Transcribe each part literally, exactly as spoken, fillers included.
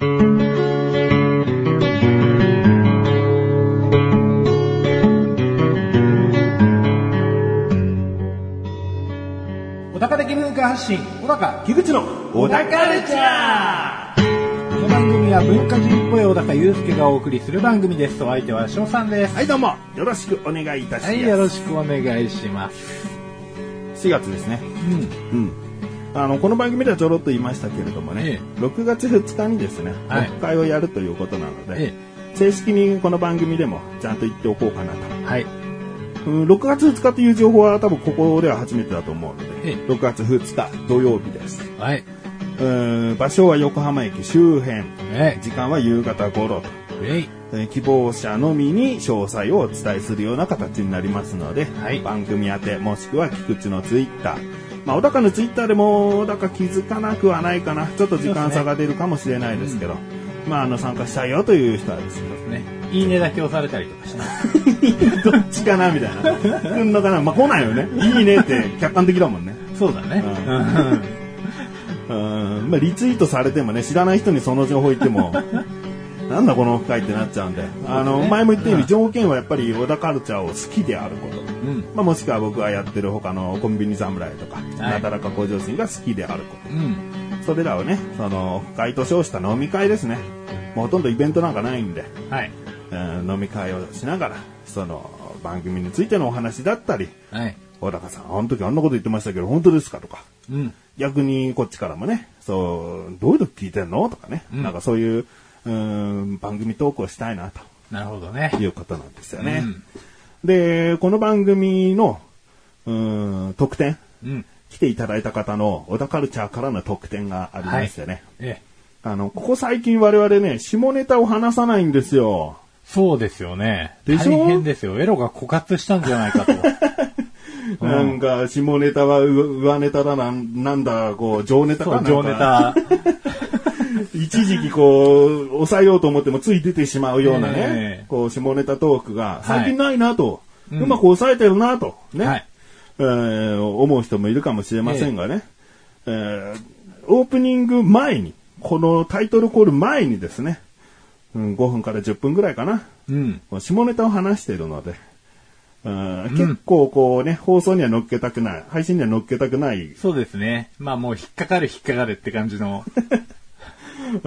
小高的文化発信、小高樋口の小高カルチャー。この番組は文化人っぽい小高祐介がお送りする番組です。お相手は翔さんです。 はい、どうもよろしくお願いいたします。 はい、よろしくお願いします。 しがつですね。うん、うん、あのこの番組ではちょろっと言いましたけれどもね、ええ、ろくがつふつかにですね、はい、オフ会をやるということなので、ええ、正式にこの番組でもちゃんと言っておこうかなと。 はい。 ろくがつふつかという情報は多分ここでは初めてだと思うので、ええ、ろくがつふつか土曜日です。 はい。 うーん、場所は横浜駅周辺、 ええ、 時間は夕方頃と、ええ、希望者のみに詳細をお伝えするような形になりますので、はい、番組宛てもしくは菊池のツイッター、まあ、小高のツイッターでも小高気づかなくはないかな、ちょっと時間差が出るかもしれないですけど、うん、まあ、あの参加したいよという人はですね、 そうですね、いいねだけ押されたりとかしないどっちかなみたいな来んのかな、まあ、来ないよね。いいねって客観的だもんね。 そうだね、 うん、うん、まあ、リツイートされてもね、知らない人にその情報言ってもなんだこのオフ会ってなっちゃうんで、あの、ね、前も言ったように条件はやっぱり小田カルチャーを好きであること、うん、まあ、もしくは僕がやってる他のコンビニ侍とか、なだらか向上心が好きであること、うん、それらをね、そのオフ会と称した飲み会ですね。もうほとんどイベントなんかないんで、はい、うん、飲み会をしながらその番組についてのお話だったり、はい、小高さんあの時あんなこと言ってましたけど本当ですかとか、うん、逆にこっちからもね、そうどういう時聞いてんのとかね、うん、なんかそういううーん番組トークをしたいなと。 なるほどね。 いうことなんですよね。うん、で、この番組のうーん特典、うん、来ていただいた方の小田カルチャーからの特典がありますよね。はい、ええ、あのここ最近我々ね、下ネタを話さないんですよ。 そうですよね。でしょ？大変ですよ。エロが枯渇したんじゃないかと。 なんか下ネタは上ネタだな、なんだこう上ネタかな。 上ネタ。 一時期こう抑えようと思ってもつい出てしまうようなね、えー、こう下ネタトークが最近ないなと、はい、うまく抑えてるなとね、はい、えー、思う人もいるかもしれませんがね、えーえー、オープニング前にこのタイトルコール前にですね、うん、ごふんからじゅっぷんぐらいかな、うん、下ネタを話しているので、うん、結構こうね、放送には乗っけたくない、配信には乗っけたくない。 そうですね。まあもう引っかかる引っかかるって感じのうん、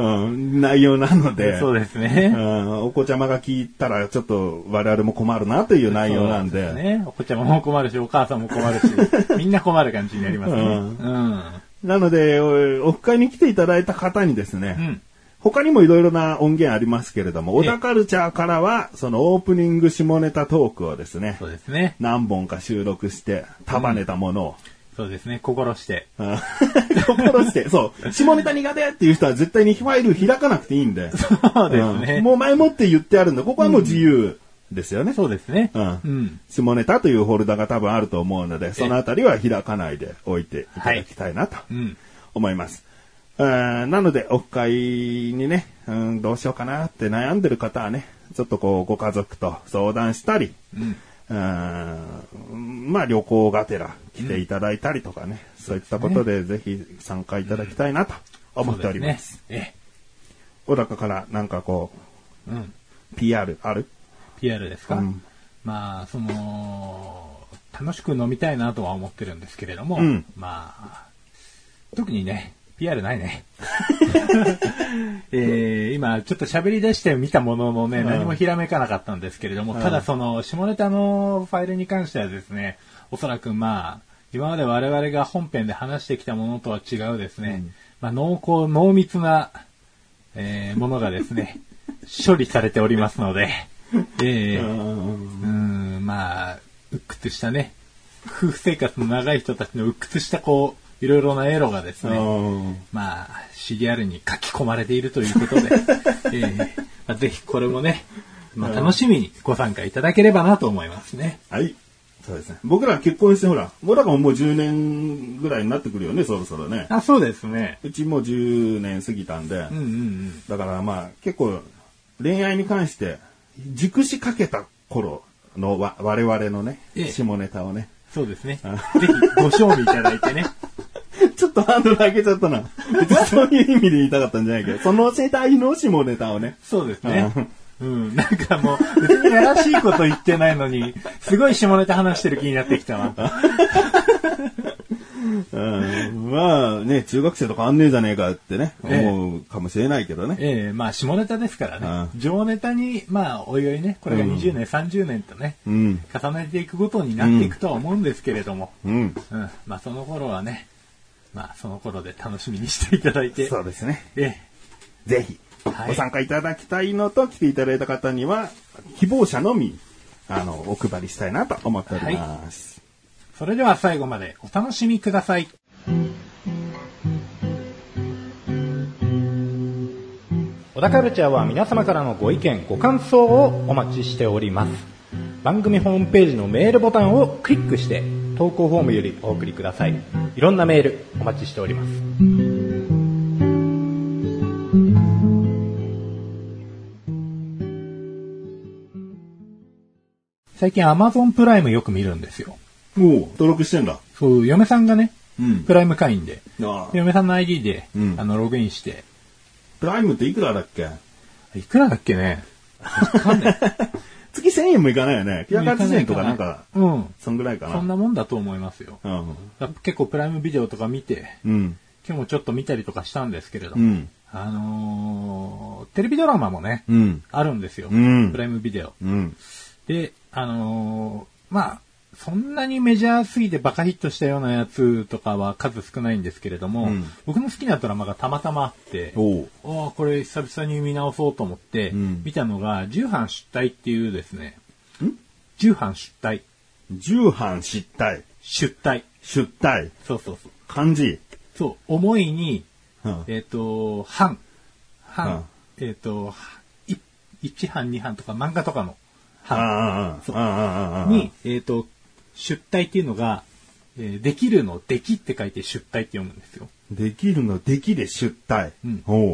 内容なので、 そうですね、 うん、お子ちゃまが聞いたらちょっと我々も困るなという内容なんで、 そうですね、お子ちゃまも困るしお母さんも困るしみんな困る感じになりますね、うんうん、 なのでオフ会に来ていただいた方にですね、うん、他にもいろいろな音源ありますけれども、小田カルチャーからはそのオープニング下ネタトークをですね、 そうですね、 何本か収録して束ねたものを、うん、 そうですね、心して。 心して。そう。下ネタ苦手っていう人は絶対にファイル開かなくていいんで。 そうですね。 うん、もう前もって言ってあるんで、ここはもう自由ですよね。うん、 そうですね、 うんうん。下ネタというフォルダが多分あると思うので、そのあたりは開かないでおいていただきたいなと思います。はい、なので、オフ会にね、うん、どうしようかなって悩んでる方はね、ちょっとこう、ご家族と相談したり、うんうん、まあ旅行がてら来ていただいたりとかね、うん、そういったことでぜひ参加いただきたいなと思っております。うん、すね、ええ、小高からなんかこう、うん、ピーアール ある？ ピーアール ですか？うん、まあその楽しく飲みたいなとは思ってるんですけれども、うん、まあ特にね。ピーアール ないね、えー、今ちょっと喋り出してみたもののね、うん、何もひらめかなかったんですけれども、うん、ただその下ネタのファイルに関してはですね、おそらくまあ今まで我々が本編で話してきたものとは違うですね、うん、まあ、濃厚濃密な、えー、ものがですね処理されておりますので、えー、うん、まあ鬱屈したね、夫婦生活の長い人たちの鬱屈したこういろいろなエロがですね、まあ シーディーアール に書き込まれているということで、えーまあ、ぜひこれもね、まあ、楽しみにご参加いただければなと思いますね。 はい、そうですね。僕ら結婚してほら、僕らももうじゅうねんぐらいになってくるよね、そろそろね。 あ、そうですね。 うちもうじゅうねん過ぎたんで、うんうんうん、だからまあ結構恋愛に関して熟しかけた頃の我々のね、ええ、下ネタをね。 そうですね。ぜひご賞味いただいてね。 ちょっとハードル上げちゃったな。別にそういう意味で言いたかったんじゃないけど、その世代の下ネタをね。 そうですね。うん。なんかもう、別にやらしいこと言ってないのに、すごい下ネタ話してる気になってきたわ。 うん、まあね、中学生と変わんねえじゃねえかってね、ええ、思うかもしれないけどね。 ええ、まあ下ネタですからね。上ネタに、まあおいおいね、これがにじゅうねん、うん、さんじゅうねんとね、うん、重ねていくことになっていくとは思うんですけれども、うん。うん、まあその頃はね、まあその頃で楽しみにしていただいて。 そうですね。 ええ、ぜひ、はい、ご参加いただきたいのと、来ていただいた方には、希望者のみ、あの、お配りしたいなと思っております。はい、 それでは最後までお楽しみください。小田カルチャーは皆様からのご意見ご感想をお待ちしております。番組ホームページのメールボタンをクリックして投稿フォームよりお送りください。いろんなメールお待ちしております。最近 Amazon プライムよく見るんですよ。 おお、登録してんだ。 そう、嫁さんがね、うん、プライム会員で、 あで嫁さんの アイディー で、うん、あのログインして。 プライムっていくらだっけ？ いくらだっけね。わかんない。 月せんえんもいかないよね。きゅうひゃくはちじゅうえんとかなんか、 うん。 そんぐらいかな。 そんなもんだと思いますよ。うん、結構プライムビデオとか見て、うん、今日もちょっと見たりとかしたんですけれども、うん、あのー、テレビドラマもね、うん、あるんですよ。うん、プライムビデオ。うん、で、あのー、まあ、そんなにメジャーすぎてバカヒットしたようなやつとかは数少ないんですけれども、うん、僕の好きなドラマがたまたまあって、おこれ久々に見直そうと思って、うん、見たのが、重版出退っていうですね、重版出退。 重版出退。 出退。 出退。 そうそうそう。 漢字。 そう、重いに、うん、えっ、ー、と、版。版。うん、えっ、ー、と、いち版に版とか漫画とかの版。に、えっ、ー、と、出退っていうのが、えー、できるのできって書いて出退って読むんですよ。 できるのできで出退。 うん、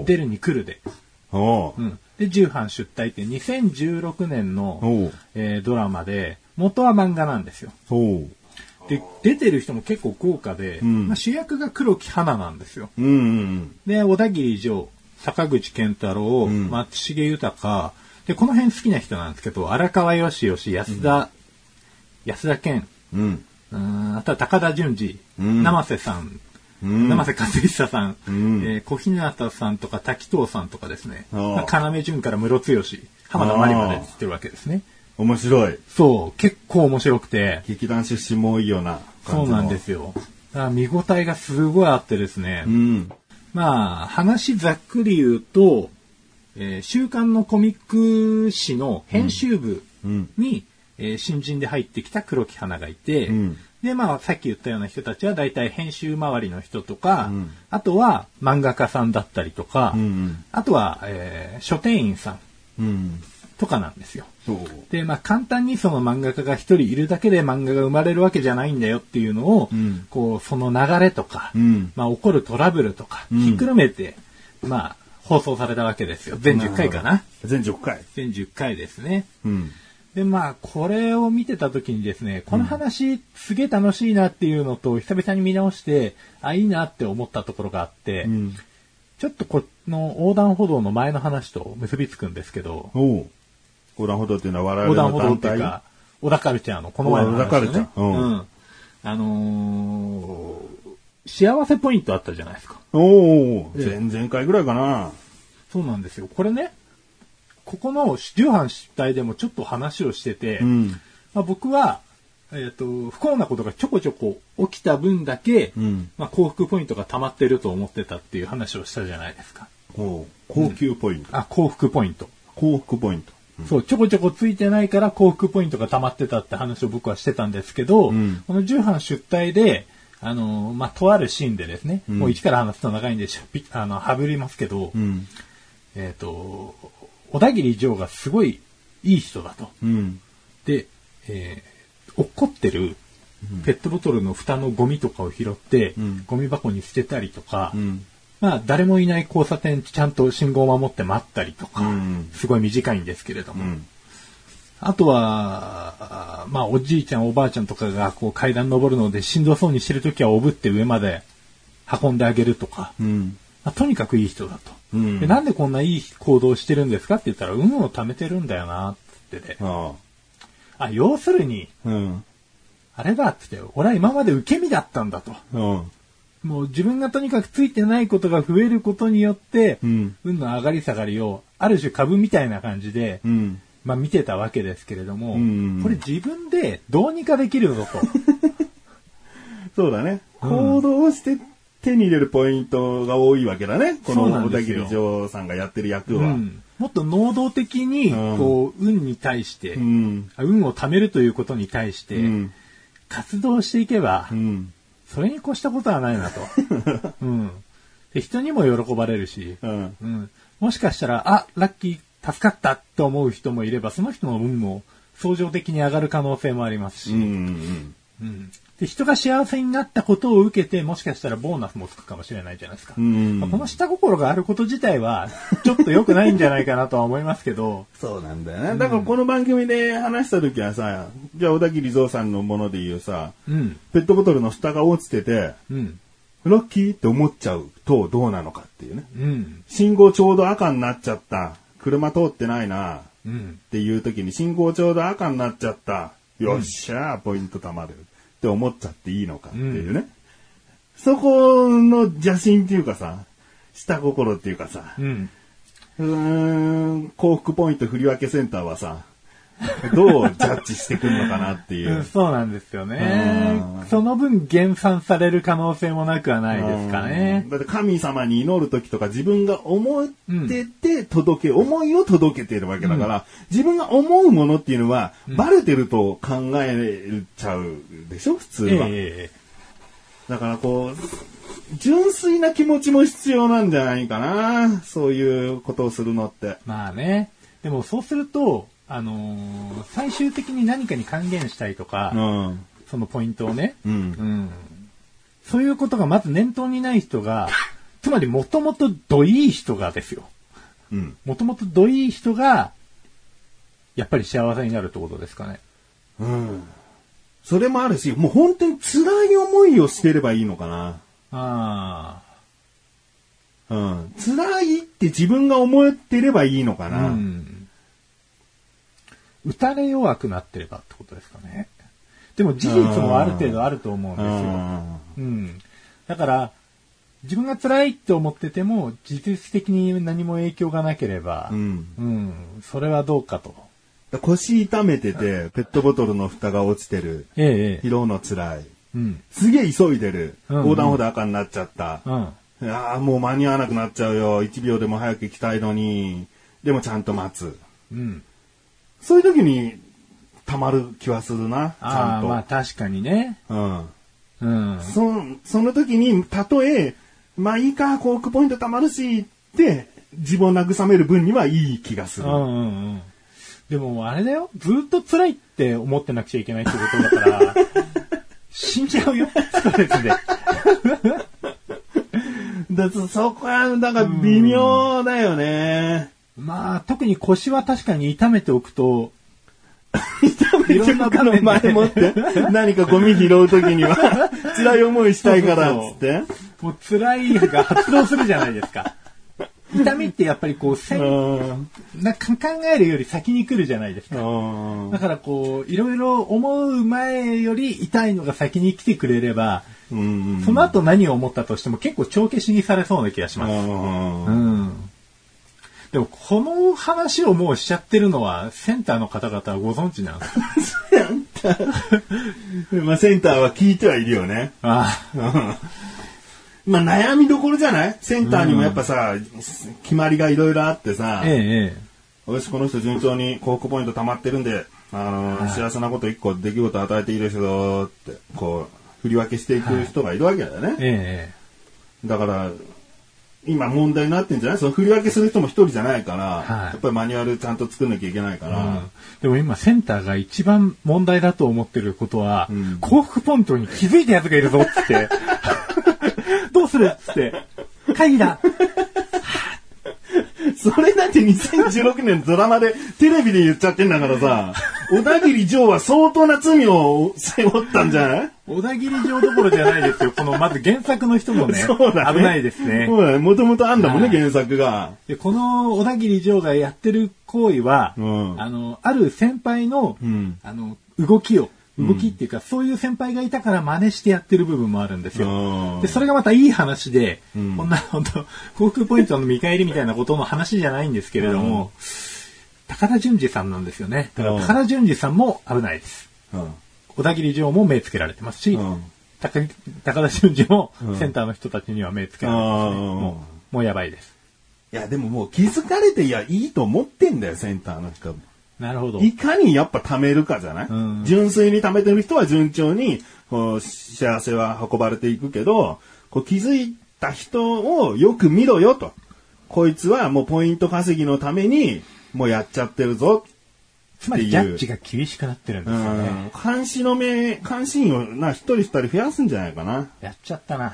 出るに来るで。おうん、で、重版出退ってにせんじゅうろくねんの、えー、ドラマで、元は漫画なんですよ。で、出てる人も結構豪華で、うん、まあ、主役が黒木華なんですよ。うんうんうん、で、小田切城、坂口健太郎、うん、松重豊、で、この辺好きな人なんですけど、荒川よしよし、安田、うん安田健、うん、うんあとは高田純次、うん、生瀬さん、うん、生瀬勝久さん、うんえー、小日向さんとか滝藤さんとかですね、まあ、要潤から室剛、浜田真理まで知ってるわけですね。 面白い。 そう、結構面白くて。 劇団出身も多いような感じの。そうなんですよ。だから見応えがすごいあってですね。うん、まあ、話ざっくり言うと、えー、週刊のコミック誌の編集部に、うんうんえー、新人で入ってきた黒木華がいて、うん、で、まあ、さっき言ったような人たちは大体編集周りの人とか、うん、あとは漫画家さんだったりとか、うんうん、あとは、えー、書店員さん、うん、とかなんですよ。で、まあ、簡単にその漫画家が一人いるだけで漫画が生まれるわけじゃないんだよっていうのを、うん、こう、その流れとか、うん、まあ、起こるトラブルとか、ひっくるめて、うん、まあ、放送されたわけですよ。全じゅっかいかな。 全じゅっかい。 全じゅっかいですね。うんで、まあ、これを見てた時にですね、この話、うん、すげえ楽しいなっていうのと、久々に見直して、あ、いいなって思ったところがあって、うん、ちょっとこの横断歩道の前の話と結びつくんですけど、 お横断歩道っていうのは我々の団体横断歩道っていうか、小田カルチャーのこの前の話ですね。うん。あのー、幸せポイントあったじゃないですか。 おお、前々回ぐらいかな。 そうなんですよ。これね、ここの重版出退でもちょっと話をしてて、うんまあ、僕は、えっと、不幸なことがちょこちょこ起きた分だけ、うんまあ、幸福ポイントが溜まってると思ってたっていう話をしたじゃないですか。 お高級ポイント、 うん、あ、幸福ポイント。 幸福ポイント、 うん。そう、ちょこちょこついてないから幸福ポイントが溜まってたって話を僕はしてたんですけど、うん、この重版出退で、あの、まあ、とあるシーンでですね、うん、もう一から話すと長いんでしょ、あの、はぶりますけど、うん、えっと、小田切城がすごいいい人だと。うん、で、えー、落っこってるペットボトルの蓋のゴミとかを拾って、うん、ゴミ箱に捨てたりとか、うん、まあ誰もいない交差点ちゃんと信号を守って待ったりとか、うん、すごい短いんですけれども。うん、あとは、まあおじいちゃんおばあちゃんとかがこう階段登るのでしんどそうにしてるときはおぶって上まで運んであげるとか、 うんまあ、とにかくいい人だと、 うん、 で。なんでこんないい行動してるんですかって言ったら、運を貯めてるんだよなってってて。 ああ、要するに、 うん、 あれだって言って、俺は今まで受け身だったんだと。 うん、 もう自分がとにかくついてないことが増えることによって、 うん、 運の上がり下がりを、ある種株みたいな感じで、 うんまあ見てたわけですけれども、 うん、 これ自分でどうにかできるぞと。 そうだね。行動して手に入れるポイントが多いわけだね。この小田切丈さんがやってる役は。 うん、もっと能動的に、こう、運に対して、うん、運を貯めるということに対して、うん、活動していけば、うん、それに越したことはないなと。うん、で人にも喜ばれるし、うんうん、もしかしたら、あ、ラッキー、助かったと思う人もいれば、その人の運も相乗的に上がる可能性もありますし、うんうんうん、で人が幸せになったことを受けて、もしかしたらボーナスもつくかもしれないじゃないですか。うんまあ、この下心があること自体は、ちょっと良くないんじゃないかなとは思いますけど。 そうなんだよね。うん、だからこの番組で話した時はさ、じゃあ小田切丈さんのもので言うさ、うん、ペットボトルの蓋が落ちてて、うんラッキーって思っちゃうとどうなのかっていうね。うん、信号ちょうど赤になっちゃった。車通ってないな、うん、っていう時に信号ちょうど赤になっちゃった。よっしゃー、うん、ポイント貯まるって思っちゃっていいのかっていうね。うん、そこの邪心っていうかさ、下心っていうかさ、うん、うーん幸福ポイント振り分けセンターはさ、どうジャッジしてくるのかなっていう、 うん。そうなんですよね。その分減産される可能性もなくはないですかね。 だって神様に祈るときとか自分が思ってて届け、うん、思いを届けているわけだから、うん、自分が思うものっていうのは、うん、バレてると考えちゃうでしょ普通は、えー。だからこう、純粋な気持ちも必要なんじゃないかな。そういうことをするのって。 まあね。でもそうすると、あのー、最終的に何かに還元したいとか、うん、そのポイントをね、うんうん、そういうことがまず念頭にない人が、つまりもともとどいい人がですよ。もともとどいい人が、やっぱり幸せになるってことですかね。 うん。それもあるし、もう本当に辛い思いをしてればいいのかな。ああ。うん。辛いって自分が思ってればいいのかな。うん打たれ弱くなってればってことですかね。でも事実もある程度あると思うんですよ。うん。だから、自分が辛いって思ってても、事実的に何も影響がなければ、うん。うん、それはどうかと。 腰痛めてて、ペットボトルの蓋が落ちてる。ええ。拾うの辛い。うん。すげえ急いでる。うんうん、横断歩道赤になっちゃった。うん。いやーもう間に合わなくなっちゃうよ。いちびょうでも早く行きたいのに。でもちゃんと待つ。うん。そういう時に溜まる気はするな、ちゃんと。 あまあ確かにね。うん。 うん。そ、その時に、たとえ、まあいいか、幸福ポイント溜まるし、って自分を慰める分にはいい気がする。うんうんうん。 でもあれだよ、ずっと辛いって思ってなくちゃいけないってことだから、死んじゃうよ、ストレスで。 だそこは、だから微妙だよね。 まあ、特に腰は確かに痛めておくと、 痛めておくの前もって、何かゴミ拾うときには、辛い思いしたいから、つって。 もう辛いが発動するじゃないですか。痛みってやっぱりこう、せな考えるより先に来るじゃないですか。だからこう、いろいろ思う前より痛いのが先に来てくれれば、うんその後何を思ったとしても結構帳消しにされそうな気がします。うんでも、この話をもうしちゃってるのは、センターの方々はご存知なんですか？ センターまあ、センターは聞いてはいるよね。ああまあ、悩みどころじゃない？センターにもやっぱさ、うん、決まりがいろいろあってさ、ええ、よし、この人順調に幸福ポイント溜まってるんで、あの、はい、幸せなこと一個出来事与えていいですよって、こう、振り分けしていく人がいるわけだよね。はい、ええ、だから、今問題になってんじゃない？その振り分けする人も一人じゃないから、はい、やっぱりマニュアルちゃんと作んなきゃいけないから、うん。 でも今センターが一番問題だと思ってることは、うん、幸福ポイントに気づいたやつがいるぞっつって、どうするっつって、会議だそれだってにせんじゅうろくねんドラマでテレビで言っちゃってんだからさ、小田切丈は相当な罪を背負ったんじゃない？ 小田切城どころじゃないですよ。この、まず原作の人もね、 そうだね危ないですね。 そうだね。もともとあんだもんね、原作が。 でこの小田切城がやってる行為は、 うん、 あの、ある先輩の、うん、あの、動きを、動きっていうか、うん、そういう先輩がいたから真似してやってる部分もあるんですよ。で、それがまたいい話で、うん、こんな本当航空ポイントの見返りみたいなことの話じゃないんですけれども、うん、高田純次さんなんですよね。だから高田純次さんも危ないです。うん、小田切城も目つけられてますし、うん、高, 高田純次もセンターの人たちには目つけられてますね。うん、もう、もうやばいです。 いや、でももう気づかれていや、いいと思ってんだよ、センターの人。 なるほど。 いかにやっぱ貯めるかじゃない、うん、純粋に貯めてる人は順調にこう幸せは運ばれていくけど、こう気づいた人をよく見ろよと。こいつはもうポイント稼ぎのためにもうやっちゃってるぞ。 つまりジャッジが厳しくなってるんですよね。 監視の目、監視員をな一人二人増やすんじゃないかな。 やっちゃったな。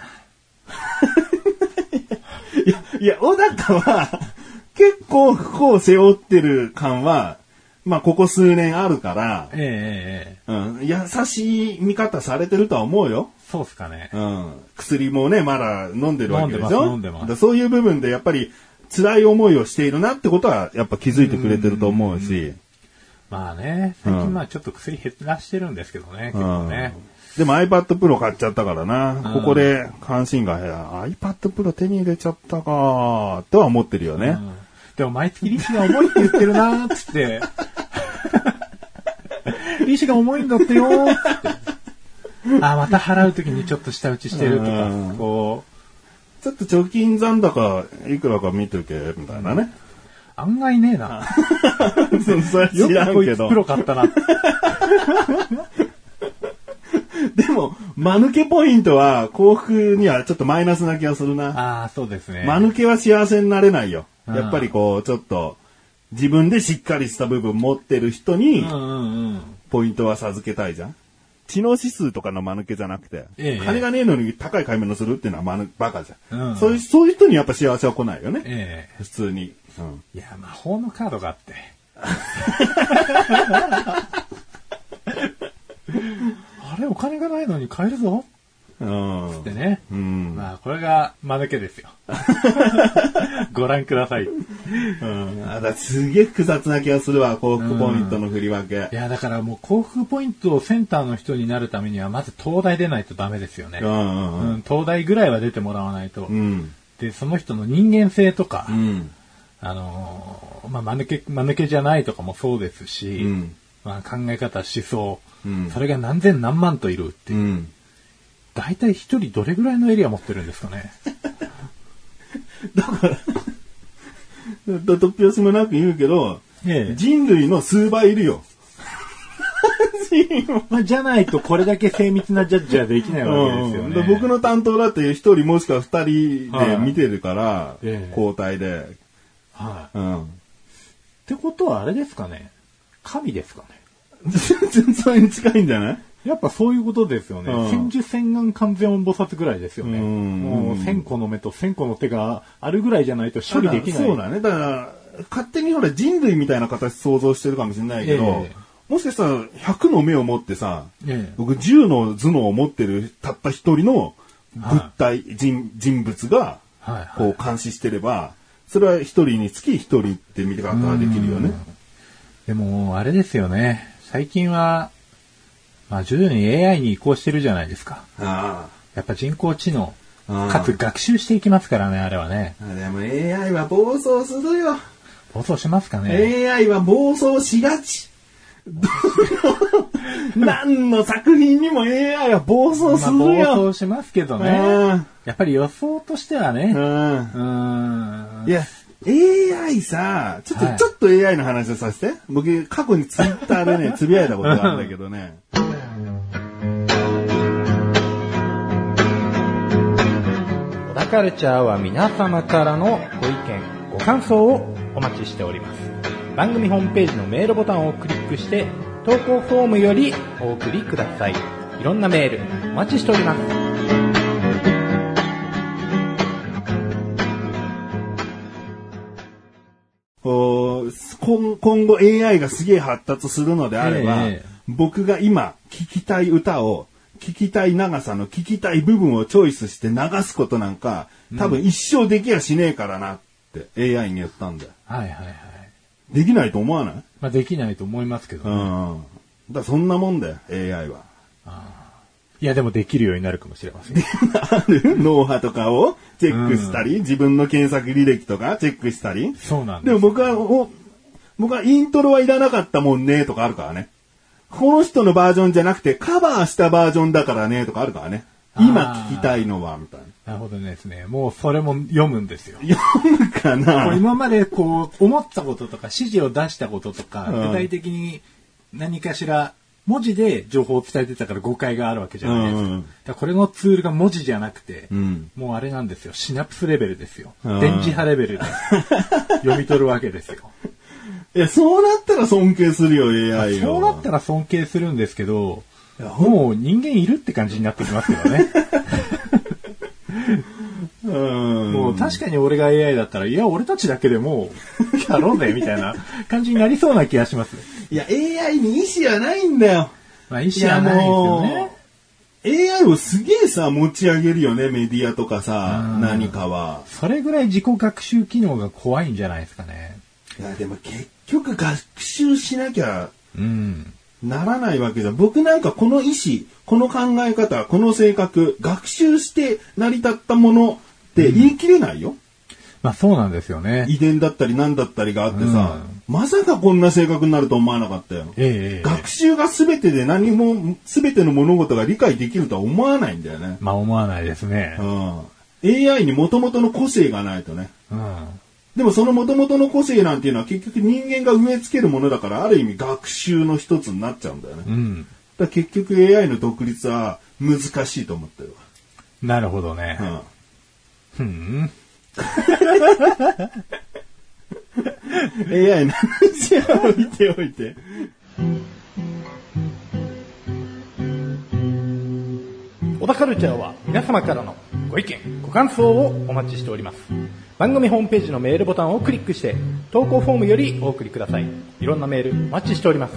いや、いや、小高は結構不幸を背負ってる感は、まあ、ここ数年あるから、ええええ、うん、優しい見方されてるとは思うよ。 そうっすかね。 うん。薬もね、まだ飲んでるわけでしょ。 飲んでます、飲んでます。 そういう部分でやっぱり辛い思いをしているなってことはやっぱ気づいてくれてると思うし。うまあね、最近まあちょっと薬減らしてるんですけどね、結構ね。 でも iPad Pro 買っちゃったからな。ここで関心が iPad Pro 手に入れちゃったかとは思ってるよね。うんでも毎月利子が重いって言ってるなーっつって。利子が重いんだってよーっつって。あ、また払うときにちょっと下打ちしてるとか、こう。ちょっと貯金残高いくらか見とけ、みたいなね。 案外ねえな。 それ知らんけど。 よくこいつプロ買ったな。 でも、間抜けポイントは幸福にはちょっとマイナスな気がするな。 ああ、そうですね。 間抜けは幸せになれないよ。やっぱりこう、ちょっと、自分でしっかりした部分持ってる人に、ポイントは授けたいじゃん。知能指数とかの間抜けじゃなくて、ええ、金がねえのに高い買い物するっていうのは間抜バカじゃん、うんそういう。そういう人にやっぱ幸せは来ないよね。ええ、普通に、 うん。いや、魔法のカードがあって。あれ、お金がないのに買えるぞうん。つってね。うん。まあ、これが間抜けですよ。ご覧ください。うん。 あだすげえ複雑な気がするわ、幸福ポイントの振り分け。うん、 いや、だからもう幸福ポイントをセンターの人になるためには、まず東大出ないとダメですよね。うんうんうんうん、東大ぐらいは出てもらわないと。うん、で、その人の人間性とか、うん、あのー、まあ、間抜け、間抜けじゃないとかもそうですし、うん、まあ、考え方、思想、うん、それが何千何万といるっていう。うん大体一人どれぐらいのエリア持ってるんですかねだから、突拍子もなく言うけど、ええ、人類の数倍いるよ。 まあ、じゃないとこれだけ精密なジャッジはできないわけですよね。 うん、僕の担当だって一人もしくは二人で見てるから、はい、交代で、はいうん。 ってことはあれですかね神ですかね全然それに近いんじゃないやっぱそういうことですよね。うん、千手千眼完全音菩薩ぐらいですよね。うんもう千個の目と千個の手があるぐらいじゃないと処理できない。 そうだね。だから勝手にほら人類みたいな形想像してるかもしれないけど、えー、もしかしたらひゃくの目を持ってさ、えー、僕じゅうの頭脳を持ってるたった一人の物体、はい、人人物がこう監視してれば、それは一人につき一人って見方ができるよね。 でもあれですよね。最近はまあ、徐々に エーアイ に移行してるじゃないですか。ああやっぱ人工知能、かつ学習していきますからね、あれはね。 あでも エーアイ は暴走するよ。 暴走しますかね。 エーアイ は暴走しがち。何の作品にも エーアイ は暴走するよ。 まあ、暴走しますけどね。やっぱり予想としてはね。うん。 いや。エーアイ さ、ちょっと、はい、ちょっと エーアイ の話をさせて。僕、過去にツイッターでね、つぶやいたことがあるんだけどね。 小田カルチャーは皆様からのご意見、ご感想をお待ちしております。番組ホームページのメールボタンをクリックして、投稿フォームよりお送りください。いろんなメール、お待ちしております。 今後 エーアイ がすげえ発達するのであれば、えー、僕が今聴きたい歌を聞きたい長さの聞きたい部分をチョイスして流すことなんか、多分一生できやしねえからなって エーアイ に言ったんだよ。 はいはいはい。 できないと思わない？ まあできないと思いますけどね。 うん。だからそんなもんだよ、エーアイ は。 あいやでもできるようになるかもしれません。 ある脳波とかをチェックしたり、うん、自分の検索履歴とかチェックしたり。 そうなんです。 でも僕は、お僕はイントロはいらなかったもんねとかあるからね。この人のバージョンじゃなくてカバーしたバージョンだからねとかあるからね。今聞きたいのは、みたいな。なるほどですね。もうそれも読むんですよ。 読むかな？ 今までこう、思ったこととか指示を出したこととか、うん、具体的に何かしら文字で情報を伝えてたから誤解があるわけじゃないですか。うんうん、だからこれのツールが文字じゃなくて、うん、もうあれなんですよ。シナプスレベルですよ。電磁波レベルで読み取るわけですよ。 いや、そうなったら尊敬するよ、エーアイ を。 そうなったら尊敬するんですけど、もう人間いるって感じになってきますけどね。うんもう確かに俺が エーアイ だったら、いや、俺たちだけでもうやろうぜ、みたいな感じになりそうな気がします。 いや、エーアイ に意思はないんだよ。 まあ意思はないですよね。 エーアイ をすげえさ、持ち上げるよね、メディアとかさ、何かは。 それぐらい自己学習機能が怖いんじゃないですかね。 いや、でも結局学習しなきゃ、 うん。 ならないわけじゃん。僕なんかこの意思、この考え方、この性格、学習して成り立ったものって言い切れないよ。うん、 まあそうなんですよね。 遺伝だったり何だったりがあってさ、うん、まさかこんな性格になると思わなかったよ。 ええ、 学習が全てで何も、全ての物事が理解できるとは思わないんだよね。 まあ思わないですね。 うん、エーアイ に元々の個性がないとね。 うんでもその元々の個性なんていうのは結局人間が植え付けるものだからある意味学習の一つになっちゃうんだよね。 うん、 だから結局 エーアイ の独立は難しいと思ってるわ。 なるほどね。うん。ふん。 エーアイ の話は置いておいて。 小田カルチャーは皆様からのご意見、ご感想をお待ちしております。番組ホームページのメールボタンをクリックして投稿フォームよりお送りください。いろんなメールお待ちしております。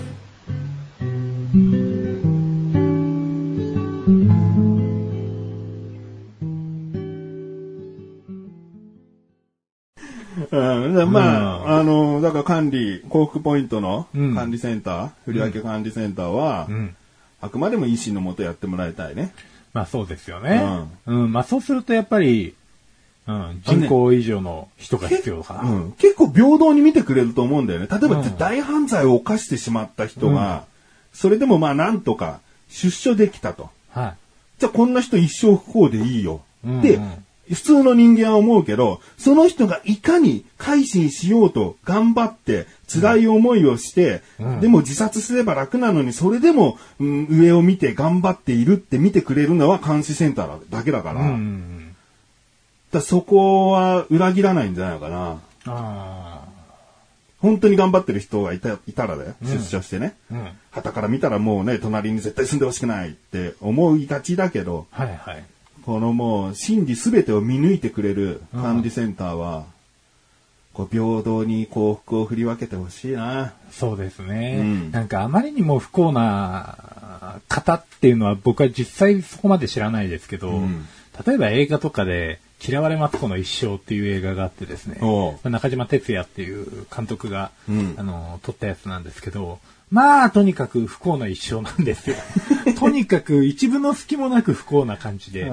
うん、まあ、うん、あの、だから管理、幸福ポイントの管理センター、うん、振分管理センターは、うん、あくまでも医師のもとやってもらいたいね。 まあそうですよね。うん。うん、まあそうするとやっぱり、うん、人口以上の人が必要かな、 うん。結構平等に見てくれると思うんだよね。例えば、うん、大犯罪を犯してしまった人が、うん、それでもまあなんとか出所できたと。 はい、 じゃあこんな人一生不幸でいいよ。 うんうん、 で、普通の人間は思うけど、その人がいかに改心しようと頑張って辛い思いをして、うん、でも自殺すれば楽なのにそれでも、うん、上を見て頑張っているって見てくれるのは監視センターだけだから、 うんうん、 だそこは裏切らないんじゃないかな。 あ本当に頑張ってる人がいた、いたらだよ。出所してね。 うん。 傍から見たらもうね、隣に絶対住んでほしくないって思いがちだけど、 はいはい。 このもう真理すべてを見抜いてくれる管理センターは、うん、こう平等に幸福を振り分けてほしいな。 そうですね、 うん。 なんかあまりにも不幸な方っていうのは僕は実際そこまで知らないですけど、うん、例えば映画とかで嫌われマツコの一生っていう映画があってですね、中島哲也っていう監督が、うん、あの撮ったやつなんですけど、まあとにかく不幸な一生なんですよ。とにかく一部の隙もなく不幸な感じで、 うん、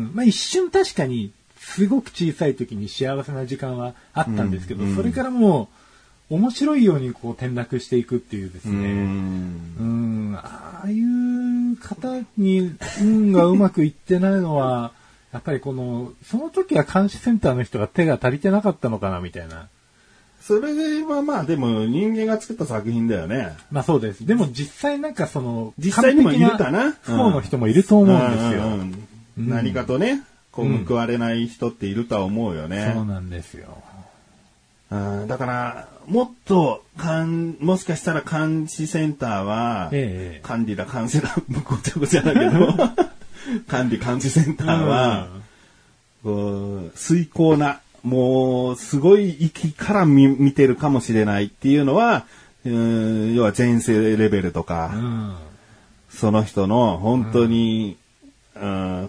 まあ一瞬確かにすごく小さい時に幸せな時間はあったんですけど、うん、それからもう面白いようにこう転落していくっていうですね、 うん、 うんああいう方に運がうまくいってないのはやっぱりこのその時は監視センターの人が手が足りてなかったのかなみたいな。 それはまあでも人間が作った作品だよね。 まあそうです。でも実際なんかその実際にもいるかな。 不幸の人もいると思うんですよ。 うんうんうん、何かとね、こう報われない人っているとは思うよね。 うん、そうなんですよ。 うん、だからもっとかんもしかしたら監視センターは、 ええ、 管理だ監視だごちゃごちゃだけど管理監視センターは、うん、こう崇高なもうすごい域から 見, 見てるかもしれないっていうのは、うん要は前世レベルとか、 うん、 その人の本当に、うん、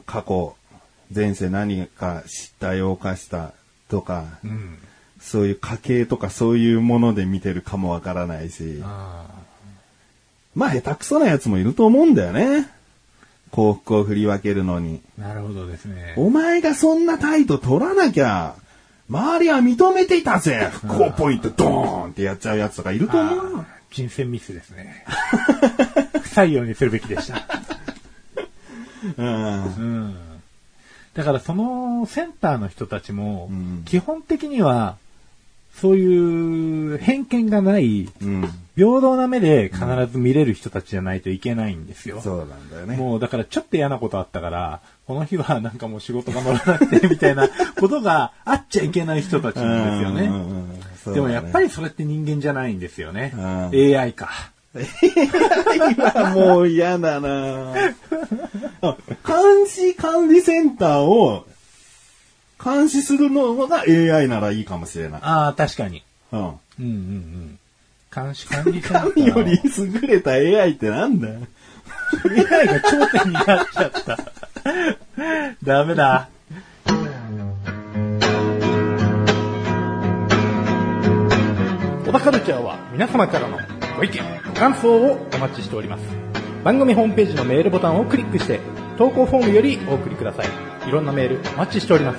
過去、前世何か失態を犯したとか、うん、そういう家系とかそういうもので見てるかもわからないし、あまあ下手くそなやつもいると思うんだよね。幸福を振り分けるのに。 なるほどですね。 お前がそんな態度取らなきゃ、周りは認めていたぜ。不幸ポイントドーンってやっちゃうやつとかいると思う。 人選ミスですね。不採用にするべきでした。うんうん、だからそのセンターの人たちも、基本的にはそういう偏見がない、うん、平等な目で必ず見れる人たちじゃないといけないんですよ。 うん、そうなんだよね。 もうだからちょっと嫌なことあったから、この日はなんかもう仕事が乗らなくてみたいなことがあっちゃいけない人たちなんですよね。うんうんうんね、でもやっぱりそれって人間じゃないんですよね。うん、エーアイ か。 エーアイ はもう嫌だな監視管理センターを監視するのが エーアイ ならいいかもしれない。 ああ、確かに。うん。うんうんうん。監視管理センター。神より優れた エーアイ ってなんだよ。 エーアイ が頂点になっちゃった。ダメだ。小田カルチャーは皆様からのご意見、ご感想をお待ちしております。番組ホームページのメールボタンをクリックして投稿フォームよりお送りください。いろんなメールお待ちしております。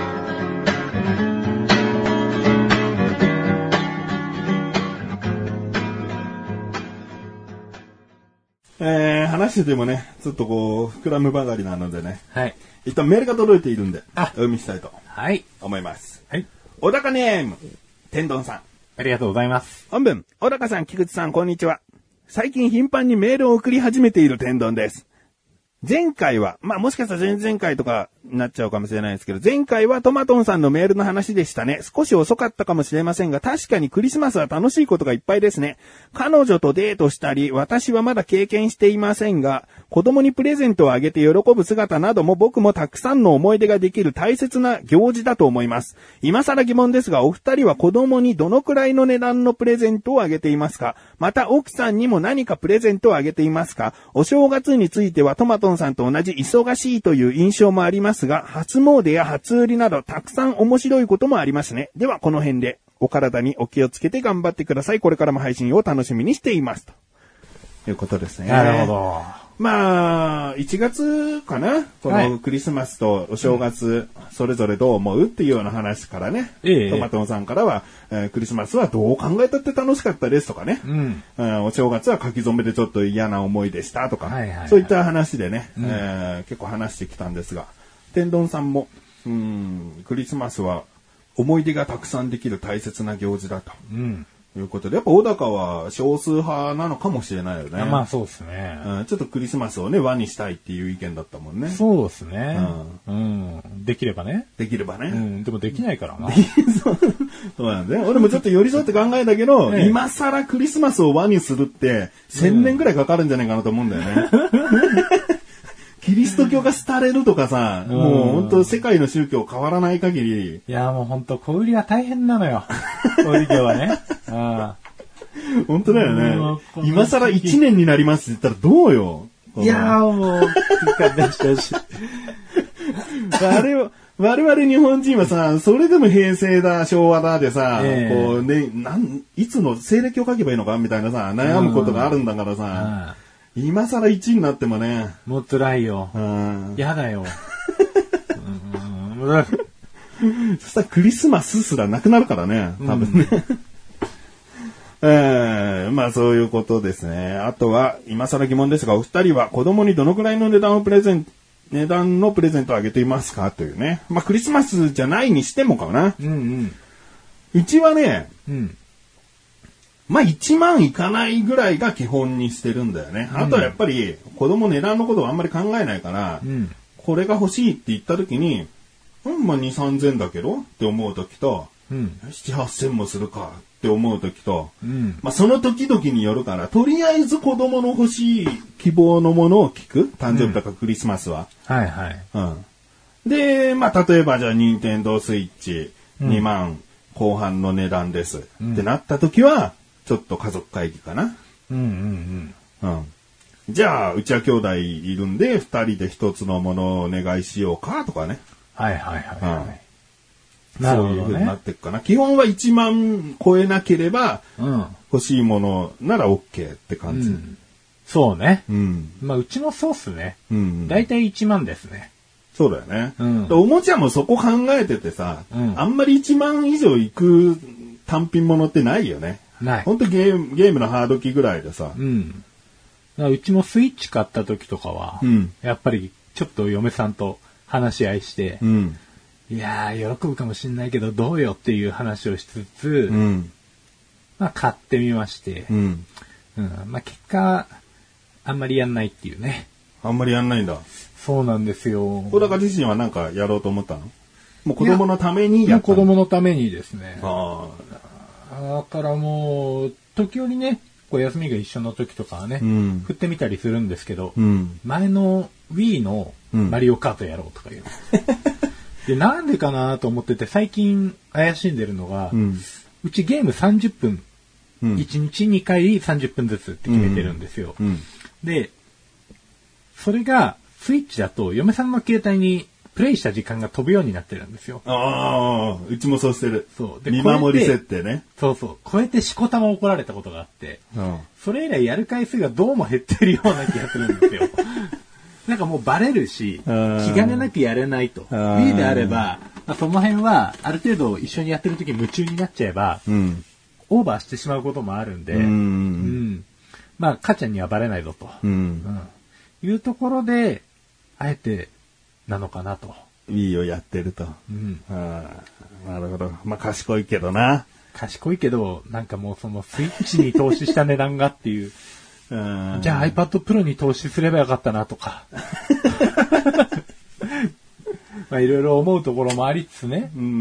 えー、話しててもね、ちょっとこう膨らむばかりなのでね。 はい。 一旦メールが届いているんで、お読みしたいと思います。 はい。 小高ネーム、天丼さん。 ありがとうございます。 本文、小高さん、菊池さん、こんにちは。最近頻繁にメールを送り始めている天丼です。前回は、まあもしかしたら前々回とかになっちゃうかもしれないですけど、前回はトマトンさんのメールの話でしたね。少し遅かったかもしれませんが、確かにクリスマスは楽しいことがいっぱいですね。彼女とデートしたり、私はまだ経験していませんが、子供にプレゼントをあげて喜ぶ姿なども僕もたくさんの思い出ができる大切な行事だと思います。今更疑問ですが、お二人は子供にどのくらいの値段のプレゼントをあげていますか？また奥さんにも何かプレゼントをあげていますか？お正月についてはトマトンさんと同じ忙しいという印象もありますが、初詣や初売りなどたくさん面白いこともありますね。ではこの辺でお体にお気をつけて頑張ってください。これからも配信を楽しみにしていますということですね。 なるほど。 まあいちがつかな、このクリスマスとお正月、はい、それぞれどう思うっていうような話からね、ええ、トマトンさんからは、えー、クリスマスはどう考えたって楽しかったですとかね、うんえー、お正月は書き初めでちょっと嫌な思いでしたとか、はいはいはい、そういった話でね、うんえー、結構話してきたんですが、天丼さんもうんクリスマスは思い出がたくさんできる大切な行事だと。うんということで、やっぱ小高は少数派なのかもしれないよね。 まあそうですね、 うん。ちょっとクリスマスをね、輪にしたいっていう意見だったもんね。 そうですね。うん。うん、できればね。 できればね。 うん。でもできないからな。 そうそうなんだね。俺もちょっと寄り添って考えたけど、ええ、今更クリスマスを輪にするって、千年ぐらいかかるんじゃないかなと思うんだよね。キリスト教が廃れるとかさ、うん、もう本当世界の宗教変わらない限り。 いやもう本当小売りは大変なのよ。小売業はね。あ本当だよね。今更一年になりますって言ったらどうよ。 いやーもう、 我々、我々日本人はさ、それでも平成だ、昭和だでさ、えー、こうね、なん、いつの西暦を書けばいいのかみたいなさ、悩むことがあるんだからさ、今更いちになってもね。 もう辛いよ。やだよ。 そしたらクリスマスすらなくなるからね、多分ね。うんえー、まあそういうことですね。あとは、今更疑問ですが、お二人は子供にどのくらいの値段をプレゼント、値段のプレゼントをあげていますかというね。まあクリスマスじゃないにしてもかな。うんうん。うちはね、うん、まあいちまんいかないぐらいが基本にしてるんだよね。あとはやっぱり子供値段のことをあんまり考えないから、うん、これが欲しいって言った時に、うん、まあに、さんぜんだけどって思う時と、うん、なな、はっせんもするかって思う時と、うん、まあその時々によるから、とりあえず子供の欲しい希望のものを聞く。誕生日とかクリスマスは。 うん、はいはい。 うん。で、まあ例えばじゃあニンテンドースイッチにまん後半の値段です、うん、ってなった時は、ちょっと家族会議かな。うんうんうん。うん。 じゃあ、うちは兄弟いるんで、二人で一つのものをお願いしようかとかね。 はいはいはい、はい。 うんなるほどね。 そういう風になっていくかな。基本はいちまん超えなければ、 うん。 欲しいものなら OK って感じ。 うん、そうね。 うん。 まあ、うちもそうっすね。 うん。 だいたいいちまんですね。 そうだよね。 うん。 おもちゃもそこ考えててさ、うん、あんまりいちまん以上いく単品ものってないよね。 ない。 ほんとゲーム、ゲームのハード機ぐらいでさ。 うん。うちもスイッチ買った時とかは、うん、やっぱりちょっと嫁さんと話し合いして、うん、いやー喜ぶかもしんないけどどうよっていう話をしつつ、うん、まあ買ってみまして、うんうん、まあ結果あんまりやんないっていうね。 あんまりやんないんだ。 そうなんですよ。 小高自身はなんかやろうと思ったの？もう子供のためにやったの？ 子供のためにですね。 ああ。だからもう時折ね。こう休みが一緒の時とかはね、うん、振ってみたりするんですけど、うん、前の Wii のマリオカートやろうとかいう、うん、でなんでかなと思ってて最近怪しんでるのが、うん、うちゲームさんじゅっぷん、うん、いちにちにかいさんじゅっぷんずつって決めてるんですよ、うんうん、でそれがスイッチだと嫁さんの携帯にプレイした時間が飛ぶようになってるんですよ。 ああ、うちもそうしてる。そうで見守り設定ね。 そうそう。超えてしこたま怒られたことがあって、うん、それ以来やる回数がどうも減ってるような気がするんですよ。なんかもうバレるし、気兼ねなくやれないと。Wii であれば、まあ、その辺はある程度一緒にやってる時夢中になっちゃえば、うん、オーバーしてしまうこともあるんで、うんうん、まあ母ちゃんにはバレないぞと、うんうん、いうところで、あえて、なのかなと。 Wii をやってると。うん。ああ、なるほど。まあ、賢いけどな。 賢いけど、なんかもうそのスイッチに投資した値段がっていう。うん、じゃあ iPad Pro に投資すればよかったなとか。まあ、いろいろ思うところもありつつね。うん。うん、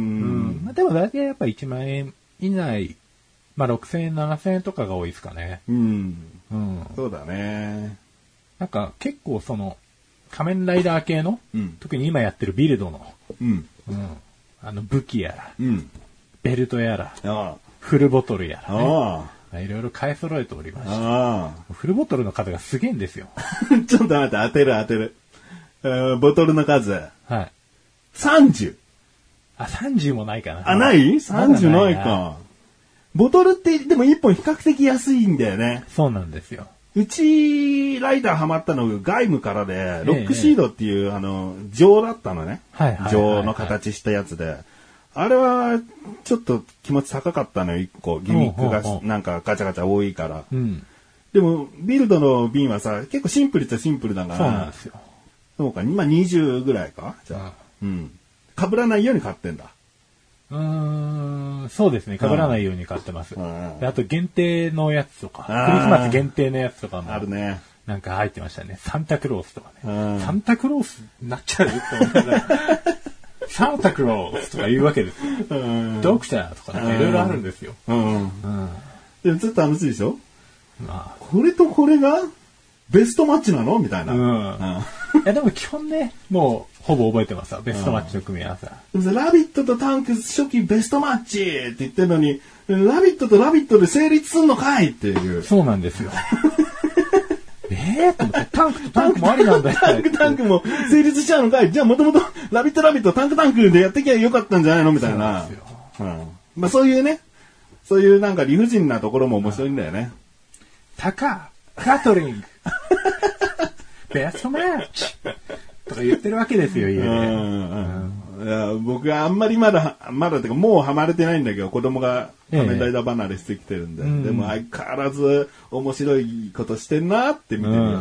まあ、でも大体やっぱいちまんえん以内、まあ、ろくせんえん、ななせんえんとかが多いですかね。うん。 うん。そうだね。 なんか結構その、仮面ライダー系の、うん、特に今やってるビルドの、うんうん、あの武器やら、うん、ベルトやら、あフルボトルやら、ね、あまあ、いろいろ買い揃えておりましてあフルボトルの数がすげえんですよ。 ちょっと待って、当てる当てる。ボトルの数。はい。さんじゅう。 あ、さんじゅうもないかな。 あ、ない ?さんじゅう ないか。ボトルってでもいっぽん比較的安いんだよね。 そうなんですよ。 うち、ライダーハマったのが外務からで、ロックシードっていう、ええ、あの、錠だったのね。はいはいはいはい、錠の形したやつで。あれは、ちょっと気持ち高かったのよ、一個。ギミックがなんかガチャガチャ多いから。うん、でも、ビルドの瓶はさ、結構シンプルっちゃシンプルだから。 そうなんですよ。 そうか、今にじゅうぐらいかじゃあ。うん。被らないように買ってんだ。 うーん、そうですね。被らないように買ってます。であと限定のやつとか、クリスマス限定のやつとかも。 あるね。 なんか入ってましたね。サンタクロースとかね。サンタクロースになっちゃうって思ったら、サンタクロースとか言うわけですよ。ドクターとかなんかいろいろあるんですよ。うんうん、 でもちょっと楽しいでしょ、まあ、これとこれがベストマッチなのみたいな。うんうん、 いやでも基本ね、もうほぼ覚えてますわ。ベストマッチの組み合わせ。 ラビットとタンク初期ベストマッチって言ってるのに、ラビットとラビットで成立すんのかいっていう。 そうなんですよ。えーと思って、タンクとタンクもありなんだよ。 タンクタンクも成立しちゃうのかい。じゃあもともとラビットラビットタンクタンクでやってきゃよかったんじゃないのみたいな。そうなんですよ。うん。まあそういうね、そういうなんか理不尽なところも面白いんだよね。 タカ、カトリング、ベストマッチとか言ってるわけですよ、家で。うんうんいや僕はあんまりまだ、まだってかもうハマれてないんだけど、子供が仮面ライダー離れしてきてるんで、ええ、でも相変わらず面白いことしてんなって見てるよ。うんうん、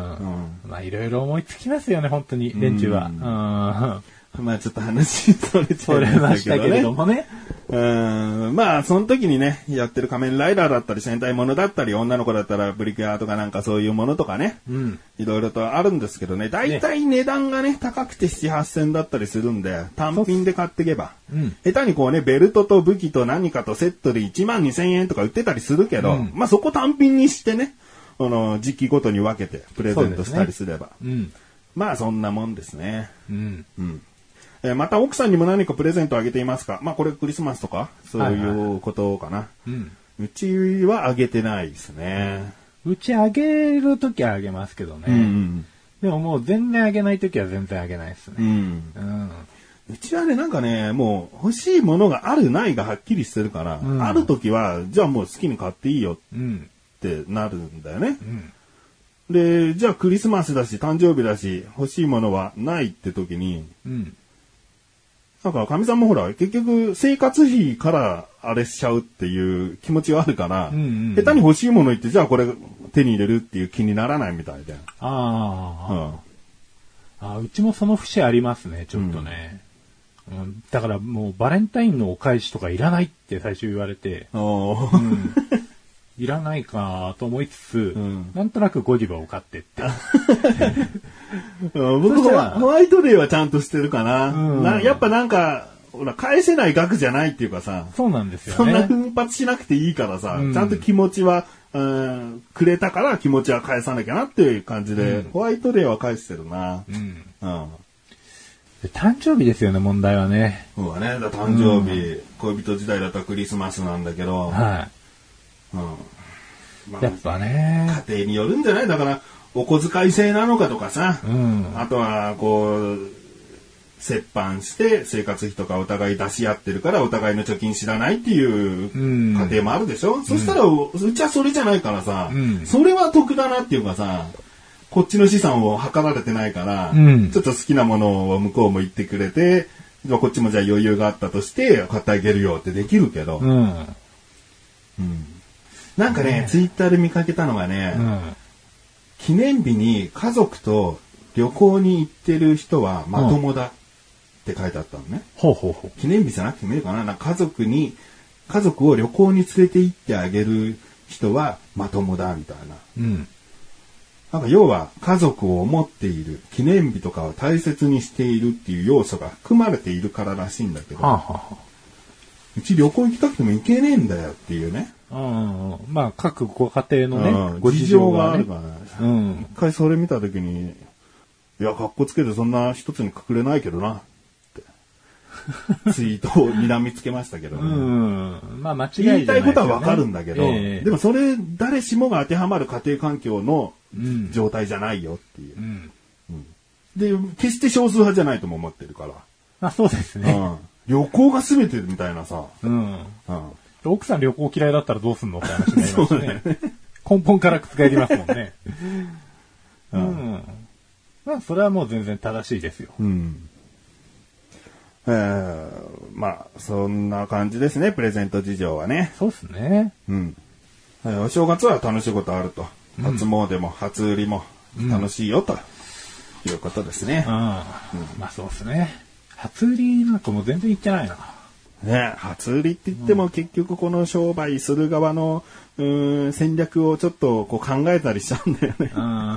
まあいろいろ思いつきますよね、本当に、連中は。うんうんまあちょっと話それちゃいましたけどね。うんまあその時にね、やってる仮面ライダーだったり戦隊ものだったり、女の子だったらプリキュアとかなんかそういうものとかね、うん、いろいろとあるんですけどね、大体値段がね、高くてなな、はっせんだったりするんで、単品で買っていけば、うん、下手にこうね、ベルトと武器と何かとセットでいちまんにせんえんとか売ってたりするけど、うん、まあそこ単品にしてね、あの、時期ごとに分けてプレゼントしたりすれば、ねうん、まあそんなもんですね。うんうんえー、また奥さんにも何かプレゼントあげていますか？まあこれクリスマスとかそういうことかな。はいはいうん、うちはあげてないですね。 うちあげるときはあげますけどね。 うん。 でももう全然あげないときは全然あげないですね。 うん。うん。うちはね、なんかね、もう欲しいものがあるないがはっきりしてるから、うん、あるときは、じゃあもう好きに買っていいよってなるんだよね。うんで、じゃあクリスマスだし、誕生日だし、欲しいものはないって時に、うん、なんか、かみさんもほら、結局、生活費からあれしちゃうっていう気持ちがあるから、うんうんうん、下手に欲しいもの言って、じゃあこれ手に入れるっていう気にならないみたいで。 あ、うん、あ、うちもその節ありますね、ちょっとね。うんうん、だからもう、バレンタインのお返しとかいらないって最初言われて、うんいらないかと思いつつ、うん、なんとなくゴディバを買ってって。 僕はホワイトデーはちゃんとしてるかな。うん、なやっぱなんか、ほら、返せない額じゃないっていうかさ。 そうなんですよね。 そんな奮発しなくていいからさ、うん、ちゃんと気持ちは、うん、くれたから気持ちは返さなきゃなっていう感じで、うん、ホワイトデーは返してるな。うん。うん、 誕生日ですよね、問題はね。 そうだね。だ誕生日、うん、恋人時代だったらクリスマスなんだけど、はい。 うんまあ、やっぱね家庭によるんじゃないだからお小遣い制なのかとかさ、うん、あとはこう折半して生活費とかお互い出し合ってるからお互いの貯金知らないっていう家庭もあるでしょ、うん、そしたら う, うちはそれじゃないからさ、うん、それは得だなっていうかさこっちの資産を測られてないから、うん、ちょっと好きなものを向こうも言ってくれてこっちもじゃあ余裕があったとして買ってあげるよってできるけど、うんうんなんかね、ねツイッターで見かけたのがね、うん、記念日に家族と旅行に行ってる人はまともだって書いてあったのね。 ほうほうほう記念日じゃなくてもいいかな。なんか家族に、家族を旅行に連れて行ってあげる人はまともだみたいな。うん、なんか要は家族を思っている、記念日とかを大切にしているっていう要素が含まれているかららしいんだけど、はあはあ、うち旅行行きたくても行けねえんだよっていうね。 うんうん、まあ各ご家庭のね、 うん、ご事情があるからね。うん、一回それ見たときに、いや、格好つけてそんな一つにくくれないけどな、って、ツイートを睨みつけましたけどね。うん、 まあ間違いじゃないですよね。言いたいことはわかるんだけど、えー、でもそれ誰しもが当てはまる家庭環境の状態じゃないよっていう。うんうん、で、決して少数派じゃないとも思ってるから。 あ、そうですね。うん、 旅行が全てみたいなさ。うんうん奥さん旅行嫌いだったらどうすんのって話になりますね。根本から覆りますもんね。うん。うん、まあ、それはもう全然正しいですよ。うん。 えー、まあ、そんな感じですね、プレゼント事情はね。 そうですね。 うん。えー、お正月は楽しいことあると。初詣も初売りも楽しいよ、うん、ということですね。うん。うん、 まあ、そうですね。初売りなんかもう全然行ってないな。 ね、初売りって言っても結局この商売する側の、うーん、戦略をちょっとこう考えたりしちゃうんだよね。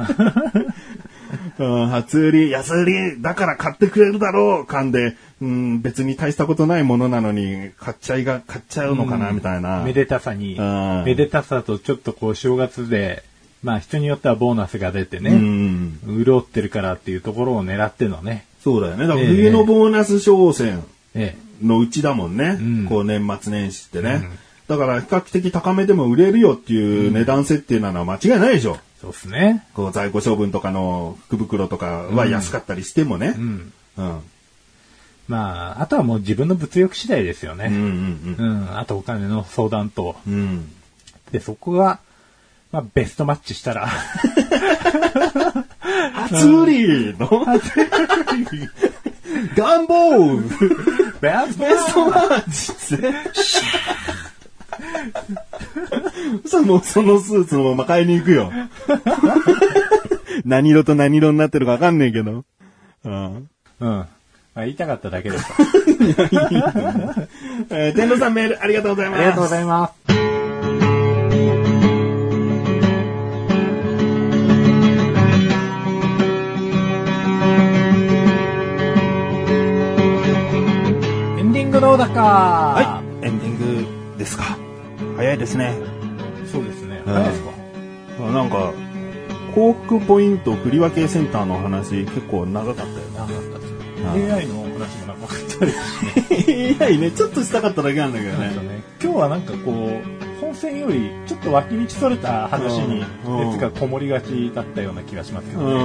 うん、初売り、安売りだから買ってくれるだろう感で、うん、別に大したことないものなのに買っちゃいが買っちゃうのかな、うん、みたいな。 めでたさに、めでたさとちょっとこう正月で、まあ人によってはボーナスが出てね、うん、潤ってるからっていうところを狙ってのね。 そうだよね。だから冬のボーナス商戦。ええのうちだもんね、うん、こう年末年始ってね、うん、だから比較的高めでも売れるよっていう値段設定なのは間違いないでしょ、うん、 そうですねこう在庫処分とかの福袋とかは安かったりしてもね、うんうん、 まああとはもう自分の物欲次第ですよね、うんうんうんうん、あとお金の相談と、うん、でそこが、まあ、ベストマッチしたら初売りの願望ベストマッチってそもうそのスーツのまま買いに行くよ何色と何色になってるか分かんねえけどうん、うんまあ、言いたかっただけですえー、天童さんメールありがとうございますありがとうございますどうだかはい、エンディングですか。早いですね。 そうですね。早いですか。 なんか幸福ポイント振り分けセンターの話結構長かったよね。 長かったですね。エーアイ の話も長かったですしね。 エーアイ ね、ちょっとしたかっただけなんだけどね。 ね今日はなんかこう本線よりちょっと脇道それた話にうん熱がこもりがちだったような気がしますけどね。 うん、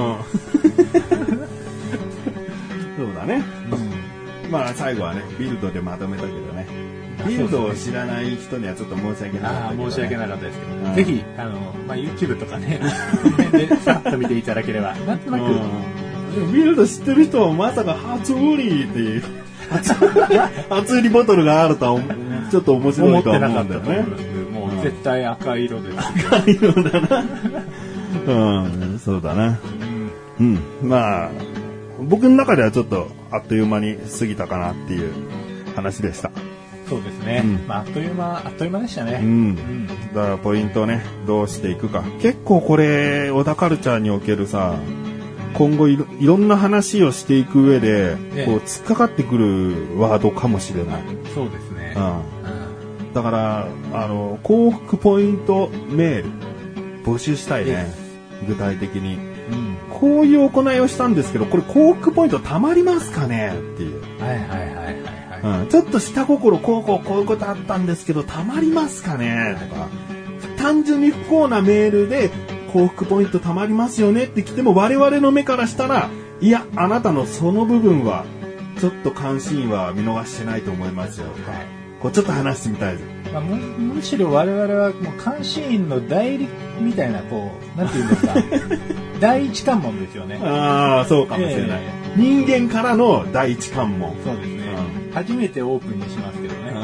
そうだね。うん、まあ最後はねビルドでまとめたけどね。ビルドを知らない人にはちょっと申し訳なかったけど、ね、 あ申し訳なかったですけど、 うん、 ぜひあの、まあ、YouTube とかねその辺でさっと見ていただければなんとなく、うん、 でもビルド知ってる人はまさか初売りっていう初売りボトルがあるとはちょっと面白いとは思うんだよね。 もう絶対赤色です、 赤色だなうんそうだな、うん、うん、まあ僕の中ではちょっとあっという間に過ぎたかなっていう話でした。 そうですね、うん、まあ、あっという間あっという間でしたね、 うんうん、だからポイントをねどうしていくか。結構これ小田カルチャーにおけるさ今後い ろ, いろんな話をしていく上で、ええ、こう突っかかってくるワードかもしれない。 そうですね、 うんうん、だからあの幸福ポイントメール募集したいね。具体的に、うん、こういう行いをしたんですけどこれ幸福ポイントたまりますかねっていう、 はいはいはいはいはい、 うん、ちょっと下心こうこうこういうことあったんですけどたまりますかねとか、単純に不幸なメールで幸福ポイントたまりますよねって来ても我々の目からしたらいやあなたのその部分はちょっと関心は見逃してないと思いますよとか、はい、こうちょっと話してみたいです。 まあ、む, むしろ我々はもう監視員の代理みたいなこうなんていうんですか第一関門ですよね。 ああそうかもしれない、えー、人間からの第一関門。 そうですね、うん、初めてオープンにしますけどね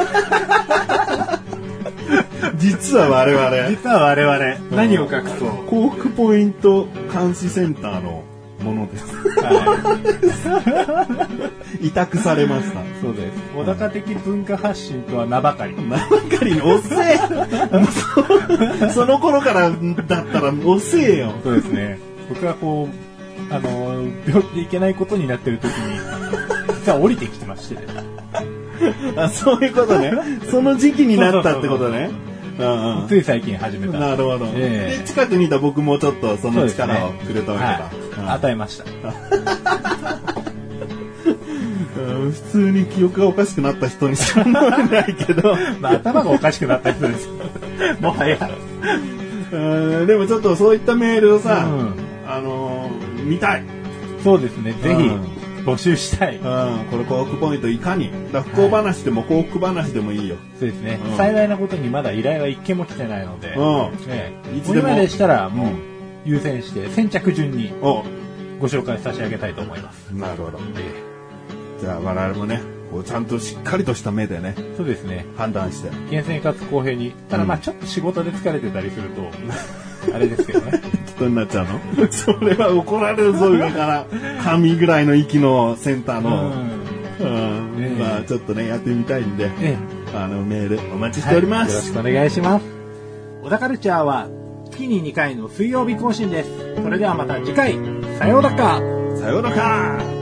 実は我々 実は我々何を隠そう幸福ポイント監視センターのものです、はい、委託されました。 そうです。小高的文化発信とは名ばかり名ばかりに遅えそ, その頃からだったら遅えよ。 そうですね。僕はこうあの病気でいけないことになってる時に実は降りてきてましてあそういうことね。その時期になったってことね。うんうん、 つい最近始めた。 なるほど、えー、で近くにいた僕もちょっとその力をくれたわけだ、 ねはいうん、与えましたうん、普通に記憶がおかしくなった人にしか思えないけど、 まあ、頭がおかしくなった人ですもはやうんでもちょっとそういったメールをさ、うん、あのー、見たい。 そうですね、ぜひ募集したい、 うん、これ幸福ポイントいかに不幸話でも幸福話でもいいよ、はい、 そうですね、うん、幸いなことにまだ依頼は一件も来てないので、 うんええ、いつでもでしたらもう優先して先着順にご紹介差し上げたいと思います。 なるほど、ええ、じゃあ我々もねこうちゃんとしっかりとした目でね、 そうですね、 判断して厳正かつ公平に。ただまあちょっと仕事で疲れてたりすると、うん、あれですけどね人になっちゃうのそれは怒られるぞ上から神ぐらいの息のセンターの、うんうんえー、まあちょっとねやってみたいんで、えー、あのメールお待ちしております、 はい、よろしくお願いします。小田カルチャーは月ににかいの水曜日更新です。それではまた次回、さようなら。 さようなら。